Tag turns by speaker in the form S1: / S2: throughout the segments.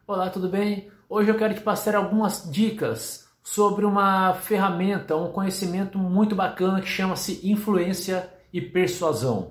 S1: Olá, tudo bem? Hoje eu quero te passar algumas dicas sobre uma ferramenta, um conhecimento muito bacana que chama-se influência e persuasão.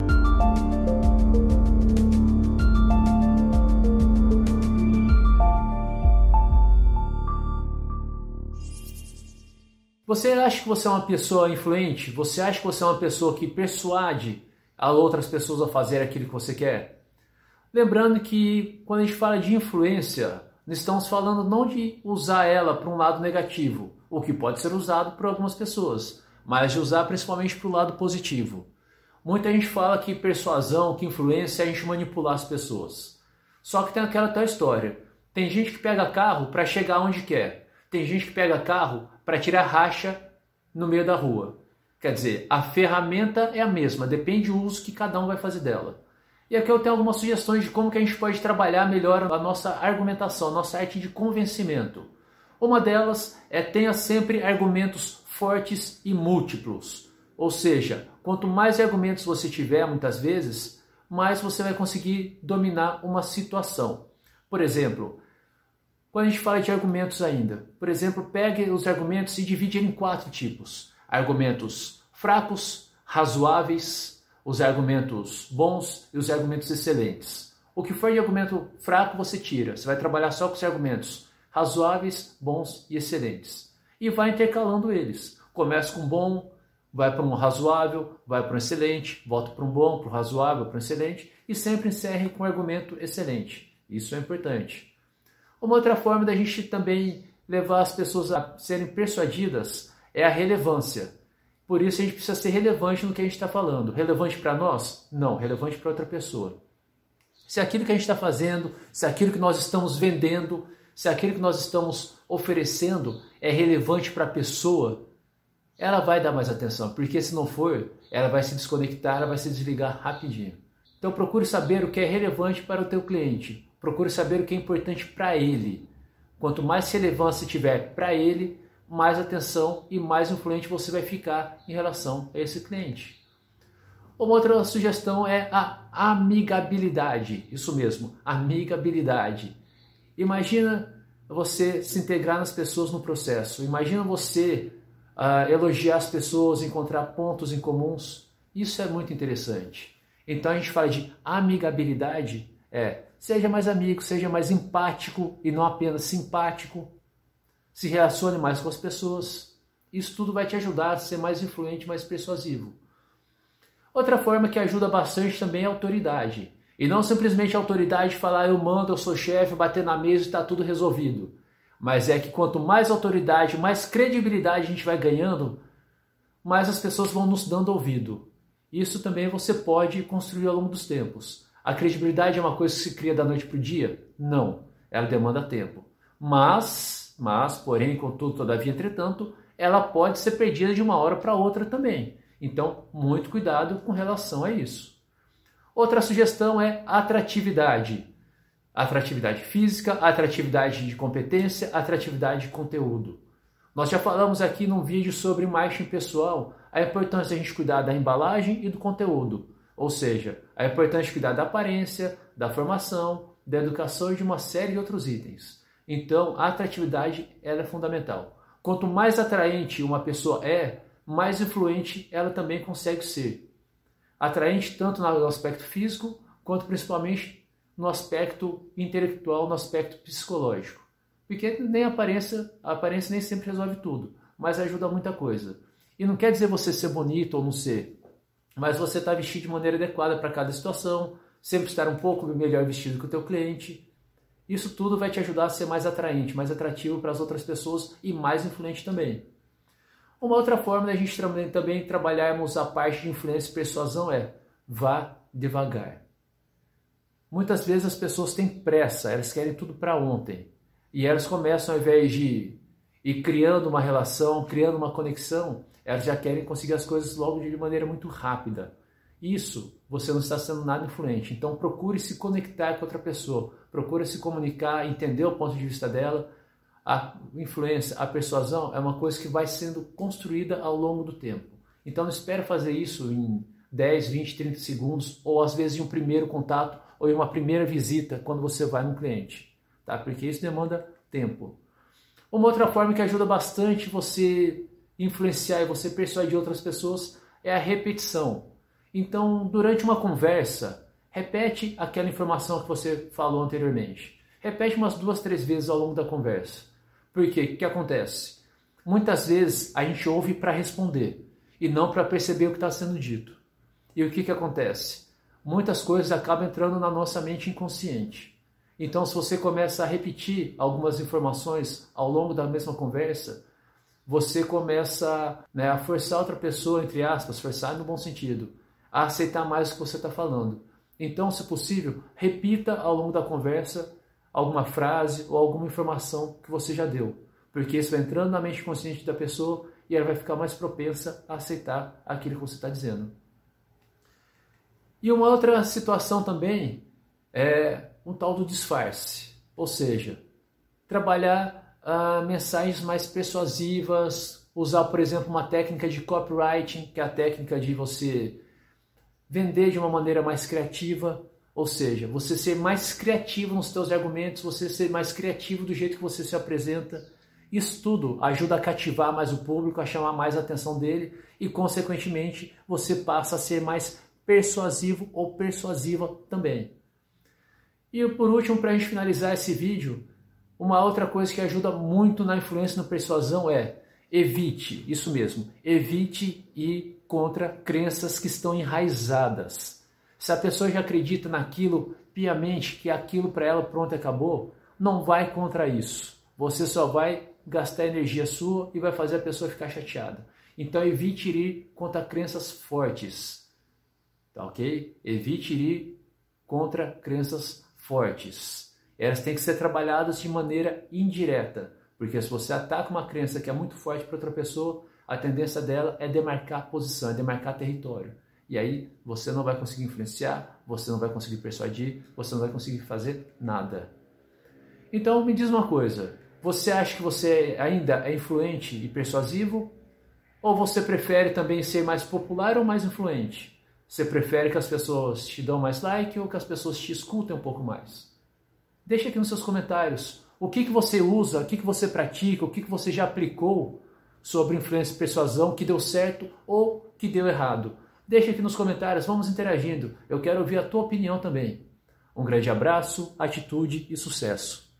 S1: Você acha que você é uma pessoa influente? Você acha que você é uma pessoa que persuade a outras pessoas a fazer aquilo que você quer? Lembrando que quando a gente fala de influência, nós estamos falando não de usar ela para um lado negativo, o que pode ser usado por algumas pessoas, mas de usar principalmente para o lado positivo. Muita gente fala que persuasão, que influência é a gente manipular as pessoas. Só que tem aquela tal história. Tem gente que pega carro para chegar onde quer. Tem gente que pega carro para tirar racha no meio da rua. Quer dizer, a ferramenta é a mesma, depende do uso que cada um vai fazer dela. E aqui eu tenho algumas sugestões de como que a gente pode trabalhar melhor a nossa argumentação, a nossa arte de convencimento. Uma delas é tenha sempre argumentos fortes e múltiplos. Ou seja, quanto mais argumentos você tiver, muitas vezes, mais você vai conseguir dominar uma situação. Por exemplo, quando a gente fala de argumentos ainda, por exemplo, pegue os argumentos e divide em 4 tipos. Argumentos fracos, razoáveis, os argumentos bons e os argumentos excelentes. O que for de argumento fraco você tira. Você vai trabalhar só com os argumentos razoáveis, bons e excelentes. E vai intercalando eles. Começa com bom, vai para um razoável, vai para um excelente, volta para um bom, para um razoável, para um excelente e sempre encerre com um argumento excelente. Isso é importante. Uma outra forma da gente também levar as pessoas a serem persuadidas é a relevância. Por isso a gente precisa ser relevante no que a gente está falando. Relevante para nós? Não, relevante para outra pessoa. Se aquilo que a gente está fazendo, se aquilo que nós estamos vendendo, se aquilo que nós estamos oferecendo é relevante para a pessoa, ela vai dar mais atenção. Porque se não for, ela vai se desconectar, ela vai se desligar rapidinho. Então procure saber o que é relevante para o teu cliente. Procure saber o que é importante para ele. Quanto mais relevância tiver para ele, mais atenção e mais influente você vai ficar em relação a esse cliente. Uma outra sugestão é a amigabilidade. Isso mesmo, amigabilidade. Imagina você se integrar nas pessoas no processo. Imagina você elogiar as pessoas, encontrar pontos em comuns. Isso é muito interessante. Então a gente fala de amigabilidade. Seja mais amigo, seja mais empático e não apenas simpático. Se relacione mais com as pessoas. Isso tudo vai te ajudar a ser mais influente, mais persuasivo. Outra forma que ajuda bastante também é a autoridade. E não simplesmente a autoridade de falar eu mando, eu sou chefe, bater na mesa e está tudo resolvido. Mas é que quanto mais autoridade, mais credibilidade a gente vai ganhando, mais as pessoas vão nos dando ouvido. Isso também você pode construir ao longo dos tempos. A credibilidade é uma coisa que se cria da noite para o dia? Não. Ela demanda tempo. Mas, porém, contudo, todavia, entretanto, ela pode ser perdida de uma hora para outra também. Então, muito cuidado com relação a isso. Outra sugestão é atratividade. Atratividade física, atratividade de competência, atratividade de conteúdo. Nós já falamos aqui num vídeo sobre marketing pessoal a importância de a gente cuidar da embalagem e do conteúdo. Ou seja, a importância de cuidar da aparência, da formação, da educação e de uma série de outros itens. Então, a atratividade ela é fundamental. Quanto mais atraente uma pessoa é, mais influente ela também consegue ser. Atraente tanto no aspecto físico, quanto principalmente no aspecto intelectual, no aspecto psicológico. Porque nem a aparência nem sempre resolve tudo, mas ajuda muita coisa. E não quer dizer você ser bonito ou não ser, mas você estar vestido de maneira adequada para cada situação, sempre estar um pouco melhor vestido que o teu cliente. Isso tudo vai te ajudar a ser mais atraente, mais atrativo para as outras pessoas e mais influente também. Uma outra forma da gente também trabalharmos a parte de influência e persuasão é vá devagar. Muitas vezes as pessoas têm pressa, elas querem tudo para ontem. E elas começam, ao invés de ir criando uma relação, criando uma conexão, elas já querem conseguir as coisas logo de maneira muito rápida. Isso, você não está sendo nada influente. Então procure se conectar com outra pessoa, procure se comunicar, entender o ponto de vista dela. A influência, a persuasão é uma coisa que vai sendo construída ao longo do tempo. Então não espere fazer isso em 10, 20, 30 segundos, ou às vezes em um primeiro contato, ou em uma primeira visita, quando você vai no cliente. tá? Porque isso demanda tempo. Uma outra forma que ajuda bastante você influenciar e você persuadir outras pessoas é a repetição. Então, durante uma conversa, repete aquela informação que você falou anteriormente. Repete umas 2, 3 vezes ao longo da conversa. Por quê? O que acontece? Muitas vezes a gente ouve para responder e não para perceber o que está sendo dito. E o que acontece? Muitas coisas acabam entrando na nossa mente inconsciente. Então, se você começa a repetir algumas informações ao longo da mesma conversa, você começa, né, a forçar outra pessoa, entre aspas, forçar no bom sentido, a aceitar mais o que você está falando. Então, se possível, repita ao longo da conversa alguma frase ou alguma informação que você já deu, porque isso vai entrando na mente consciente da pessoa e ela vai ficar mais propensa a aceitar aquilo que você está dizendo. E uma outra situação também é um tal do disfarce, ou seja, trabalhar mensagens mais persuasivas, usar, por exemplo, uma técnica de copywriting, que é a técnica de você vender de uma maneira mais criativa, ou seja, você ser mais criativo nos seus argumentos, você ser mais criativo do jeito que você se apresenta. Isso tudo ajuda a cativar mais o público, a chamar mais a atenção dele e, consequentemente, você passa a ser mais persuasivo ou persuasiva também. E por último, para a gente finalizar esse vídeo, uma outra coisa que ajuda muito na influência e na persuasão é evite, isso mesmo, evite ir contra crenças que estão enraizadas. Se a pessoa já acredita naquilo piamente, que aquilo para ela pronto acabou, não vai contra isso. Você só vai gastar energia sua e vai fazer a pessoa ficar chateada. Então evite ir contra crenças fortes, tá ok? Evite ir contra crenças fortes. Elas têm que ser trabalhadas de maneira indireta, porque se você ataca uma crença que é muito forte para outra pessoa, a tendência dela é demarcar posição, é demarcar território. E aí você não vai conseguir influenciar, você não vai conseguir persuadir, você não vai conseguir fazer nada. Então me diz uma coisa, você acha que você ainda é influente e persuasivo? Ou você prefere também ser mais popular ou mais influente? Você prefere que as pessoas te dão mais like ou que as pessoas te escutem um pouco mais? Deixa aqui nos seus comentários o que você usa, o que você pratica, o que você já aplicou sobre influência e persuasão que deu certo ou que deu errado. Deixa aqui nos comentários, vamos interagindo. Eu quero ouvir a tua opinião também. Um grande abraço, atitude e sucesso!